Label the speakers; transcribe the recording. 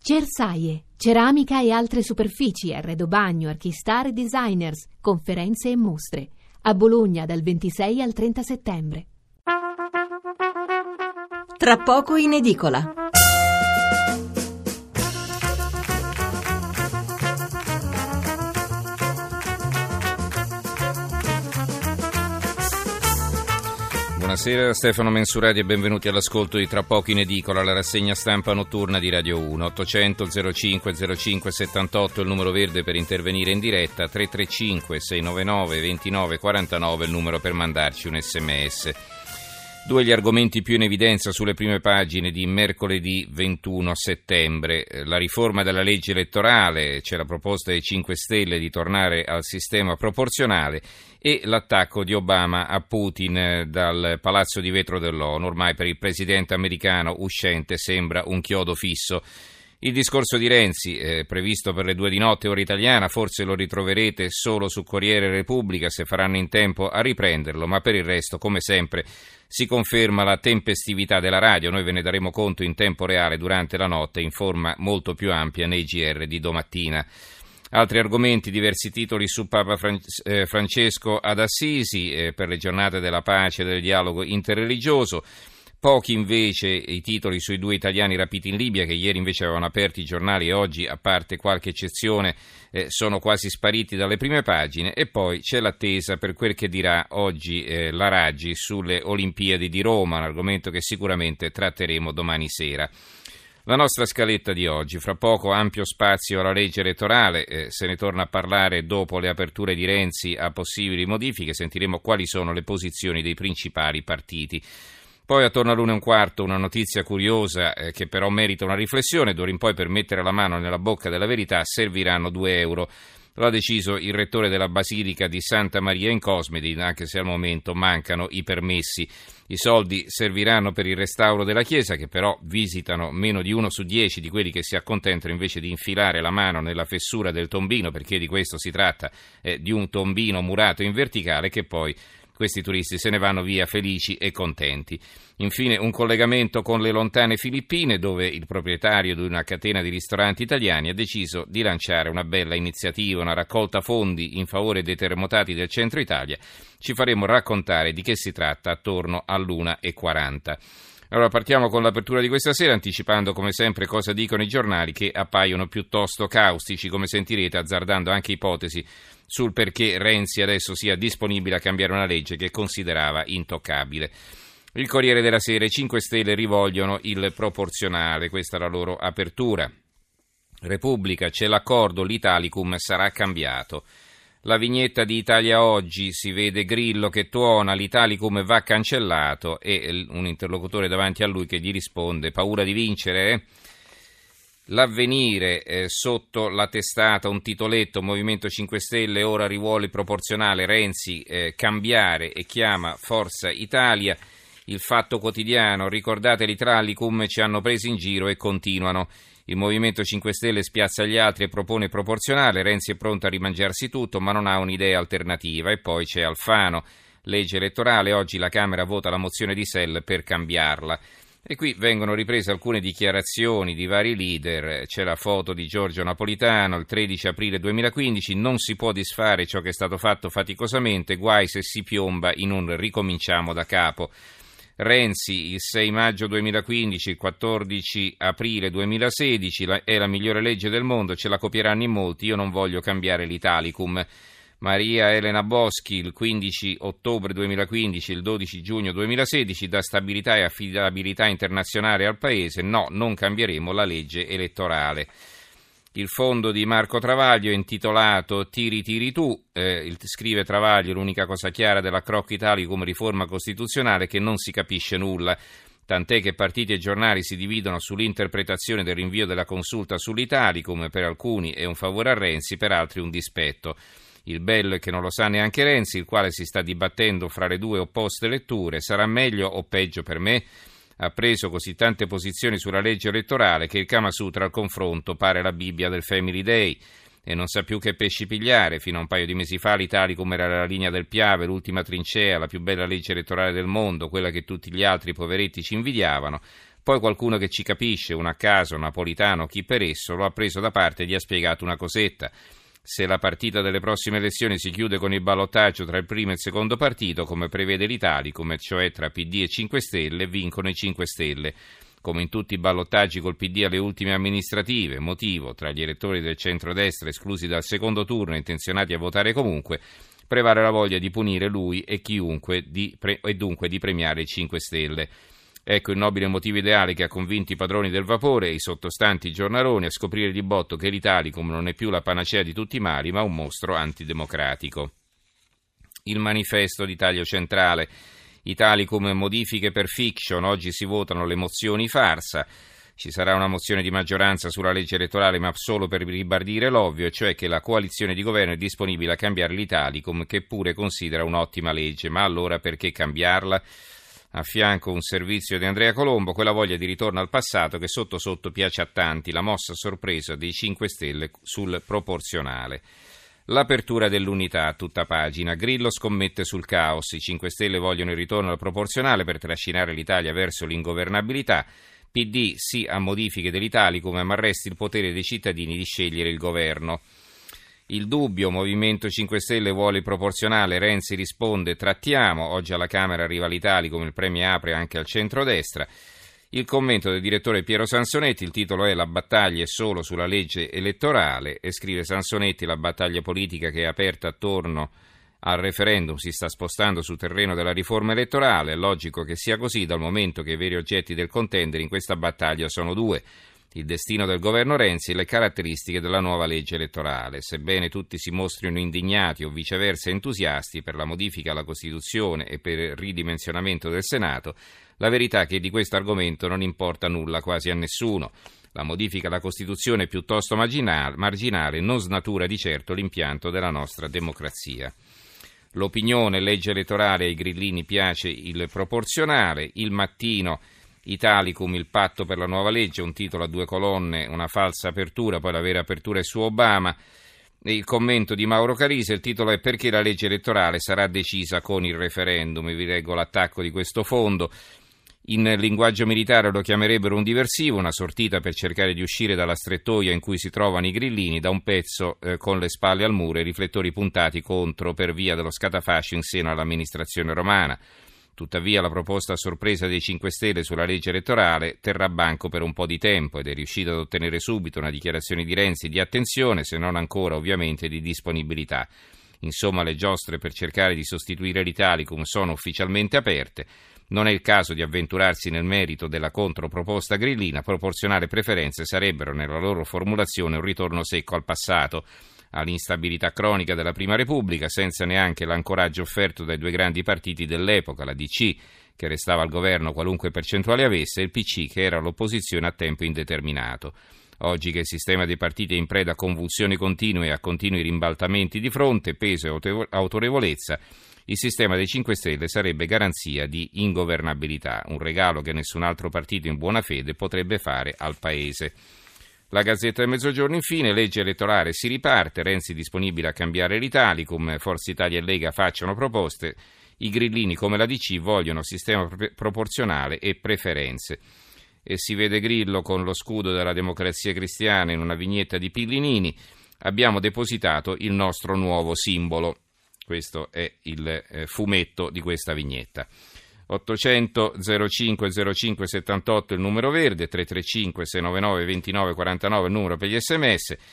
Speaker 1: Cersaie, ceramica e altre superfici, arredo bagno, archistar e designers, conferenze e mostre. A Bologna dal 26 al 30 settembre.
Speaker 2: Tra poco in edicola.
Speaker 3: Buonasera da Stefano Mensurati e benvenuti all'ascolto di Tra poco in edicola, la rassegna stampa notturna di Radio 1. 800 05 05 78 il numero verde per intervenire in diretta, 335 699 29 49 il numero per mandarci un sms. Due gli argomenti più in evidenza sulle prime pagine di mercoledì 21 settembre. La riforma della legge elettorale, c'è la proposta dei 5 Stelle di tornare al sistema proporzionale e l'attacco di Obama a Putin dal Palazzo di Vetro dell'ONU. Ormai per il presidente americano uscente sembra un chiodo fisso. Il discorso di Renzi, previsto per le 2 di notte ora italiana, forse lo ritroverete solo su Corriere Repubblica se faranno in tempo a riprenderlo, ma per il resto, come sempre, si conferma la tempestività della radio. Noi ve ne daremo conto in tempo reale durante la notte in forma molto più ampia nei GR di domattina. Altri argomenti, diversi titoli su Papa Francesco ad Assisi per le giornate della pace e del dialogo interreligioso. Pochi invece i titoli sui 2 italiani rapiti in Libia, che ieri invece avevano aperto i giornali e oggi, a parte qualche eccezione, sono quasi spariti dalle prime pagine. E poi c'è l'attesa per quel che dirà oggi la Raggi sulle Olimpiadi di Roma, un argomento che sicuramente tratteremo domani sera. La nostra scaletta di oggi, fra poco ampio spazio alla legge elettorale, se ne torna a parlare dopo le aperture di Renzi a possibili modifiche, sentiremo quali sono le posizioni dei principali partiti. Poi attorno all'1:15 una notizia curiosa che però merita una riflessione. D'ora in poi per mettere la mano nella bocca della verità serviranno 2 euro. Lo ha deciso il rettore della Basilica di Santa Maria in Cosmedi, anche se al momento mancano i permessi. I soldi serviranno per il restauro della chiesa, che però visitano meno di 1 su 10 di quelli che si accontentano invece di infilare la mano nella fessura del tombino, perché di questo si tratta, di un tombino murato in verticale che poi questi turisti se ne vanno via felici e contenti. Infine un collegamento con le lontane Filippine, dove il proprietario di una catena di ristoranti italiani ha deciso di lanciare una bella iniziativa, una raccolta fondi in favore dei terremotati del centro Italia. Ci faremo raccontare di che si tratta attorno all'1:40. Allora partiamo con l'apertura di questa sera, anticipando come sempre cosa dicono i giornali, che appaiono piuttosto caustici, come sentirete, azzardando anche ipotesi sul perché Renzi adesso sia disponibile a cambiare una legge che considerava intoccabile. Il Corriere della Sera: i 5 Stelle rivogliono il proporzionale, questa è la loro apertura. Repubblica: c'è l'accordo, l'Italicum sarà cambiato. La vignetta di Italia Oggi, si vede Grillo che tuona, l'Italicum va cancellato, e un interlocutore davanti a lui che gli risponde: paura di vincere? L'Avvenire, sotto la testata un titoletto: Movimento 5 Stelle ora rivuole il proporzionale, Renzi cambiare e chiama Forza Italia. Il Fatto Quotidiano: ricordate l'Italicum, ci hanno presi in giro e continuano. Il Movimento 5 Stelle spiazza gli altri e propone proporzionale, Renzi è pronto a rimangiarsi tutto ma non ha un'idea alternativa. E poi c'è Alfano: legge elettorale, oggi la Camera vota la mozione di Sell per cambiarla. E qui vengono riprese alcune dichiarazioni di vari leader. C'è la foto di Giorgio Napolitano, il 13 aprile 2015, non si può disfare ciò che è stato fatto faticosamente, guai se si piomba in un ricominciamo da capo. Renzi, il 6 maggio 2015, il 14 aprile 2016, è la migliore legge del mondo, ce la copieranno in molti, io non voglio cambiare l'Italicum. Maria Elena Boschi, il 15 ottobre 2015, il 12 giugno 2016, dà stabilità e affidabilità internazionale al Paese, no, non cambieremo la legge elettorale. Il fondo di Marco Travaglio è intitolato Tiri tiri tu, scrive Travaglio: l'unica cosa chiara della Croc Italicum riforma costituzionale è che non si capisce nulla, tant'è che partiti e giornali si dividono sull'interpretazione del rinvio della consulta sull'Italicum, per alcuni è un favore a Renzi, per altri un dispetto. Il bello è che non lo sa neanche Renzi, il quale si sta dibattendo fra le 2 opposte letture: sarà meglio o peggio per me? Ha preso così tante posizioni sulla legge elettorale che il Kama Sutra al confronto pare la Bibbia del Family Day. e non sa più che pesci pigliare. Fino a un paio di mesi fa l'Italicum era la linea del Piave, l'ultima trincea, la più bella legge elettorale del mondo, quella che tutti gli altri poveretti ci invidiavano. Poi qualcuno che ci capisce, uno a caso, Napolitano, chi per esso, lo ha preso da parte e gli ha spiegato una cosetta. Se la partita delle prossime elezioni si chiude con il ballottaggio tra il primo e il secondo partito, come prevede l'Italicum, cioè tra PD e 5 Stelle, vincono i 5 Stelle. Come in tutti i ballottaggi col PD alle ultime amministrative, motivo, tra gli elettori del centrodestra esclusi dal secondo turno e intenzionati a votare comunque, prevale la voglia di punire lui e chiunque e dunque di premiare i 5 Stelle. Ecco il nobile motivo ideale che ha convinto i padroni del vapore e i sottostanti giornaloni a scoprire di botto che l'Italicum non è più la panacea di tutti i mali, ma un mostro antidemocratico. Il manifesto di taglio centrale. Italicum modifiche per fiction, oggi si votano le mozioni farsa. Ci sarà una mozione di maggioranza sulla legge elettorale, ma solo per ribadire l'ovvio, cioè che la coalizione di governo è disponibile a cambiare l'Italicum, che pure considera un'ottima legge. Ma allora perché cambiarla? A fianco un servizio di Andrea Colombo, quella voglia di ritorno al passato che sotto sotto piace a tanti, la mossa sorpresa dei 5 Stelle sul proporzionale. L'apertura dell'Unità a tutta pagina. Grillo scommette sul caos. I 5 Stelle vogliono il ritorno al proporzionale per trascinare l'Italia verso l'ingovernabilità. PD sì a modifiche dell'Italicum, ma resti il potere dei cittadini di scegliere il governo. Il dubbio, Movimento 5 Stelle vuole il proporzionale, Renzi risponde trattiamo, oggi alla Camera arriva l'Italicum, il premio apre anche al centrodestra. Il commento del direttore Piero Sansonetti, il titolo è La battaglia è solo sulla legge elettorale e scrive Sansonetti la battaglia politica che è aperta attorno al referendum si sta spostando sul terreno della riforma elettorale, è logico che sia così dal momento che i veri oggetti del contendere in questa battaglia sono due. Il destino del governo Renzi e le caratteristiche della nuova legge elettorale. Sebbene tutti si mostrino indignati o viceversa entusiasti per la modifica alla Costituzione e per il ridimensionamento del Senato, la verità è che di questo argomento non importa nulla quasi a nessuno. La modifica alla Costituzione è piuttosto marginale, non snatura di certo l'impianto della nostra democrazia. L'opinione, legge elettorale, ai grillini piace il proporzionale. Il Mattino, Italicum, il patto per la nuova legge, un titolo a 2 colonne, una falsa apertura, poi la vera apertura è su Obama. E il commento di Mauro Carisa, il titolo è Perché la legge elettorale sarà decisa con il referendum. Vi leggo l'attacco di questo fondo. In linguaggio militare lo chiamerebbero un diversivo, una sortita per cercare di uscire dalla strettoia in cui si trovano i grillini, da un pezzo con le spalle al muro e i riflettori puntati contro per via dello scatafascio in seno all'amministrazione romana. Tuttavia la proposta a sorpresa dei 5 Stelle sulla legge elettorale terrà banco per un po' di tempo ed è riuscita ad ottenere subito una dichiarazione di Renzi di attenzione, se non ancora ovviamente di disponibilità. Insomma, le giostre per cercare di sostituire l'Italicum sono ufficialmente aperte. Non è il caso di avventurarsi nel merito della controproposta grillina, proporzionale e preferenze sarebbero nella loro formulazione un ritorno secco al passato, all'instabilità cronica della Prima Repubblica, senza neanche l'ancoraggio offerto dai 2 grandi partiti dell'epoca, la DC, che restava al governo qualunque percentuale avesse, e il PC, che era all'opposizione a tempo indeterminato. Oggi che il sistema dei partiti è in preda a convulsioni continue e a continui rimbaltamenti di fronte, peso e autorevolezza, il sistema dei 5 Stelle sarebbe garanzia di ingovernabilità, un regalo che nessun altro partito in buona fede potrebbe fare al Paese. La Gazzetta del Mezzogiorno, infine, legge elettorale si riparte, Renzi disponibile a cambiare l'Italicum, Forza Italia e Lega facciano proposte, i grillini come la DC vogliono sistema proporzionale e preferenze. E si vede Grillo con lo scudo della Democrazia Cristiana in una vignetta di Pillinini, abbiamo depositato il nostro nuovo simbolo. Questo è il fumetto di questa vignetta. 800 05 05 78 il numero verde, 335 699 29 49 il numero per gli SMS.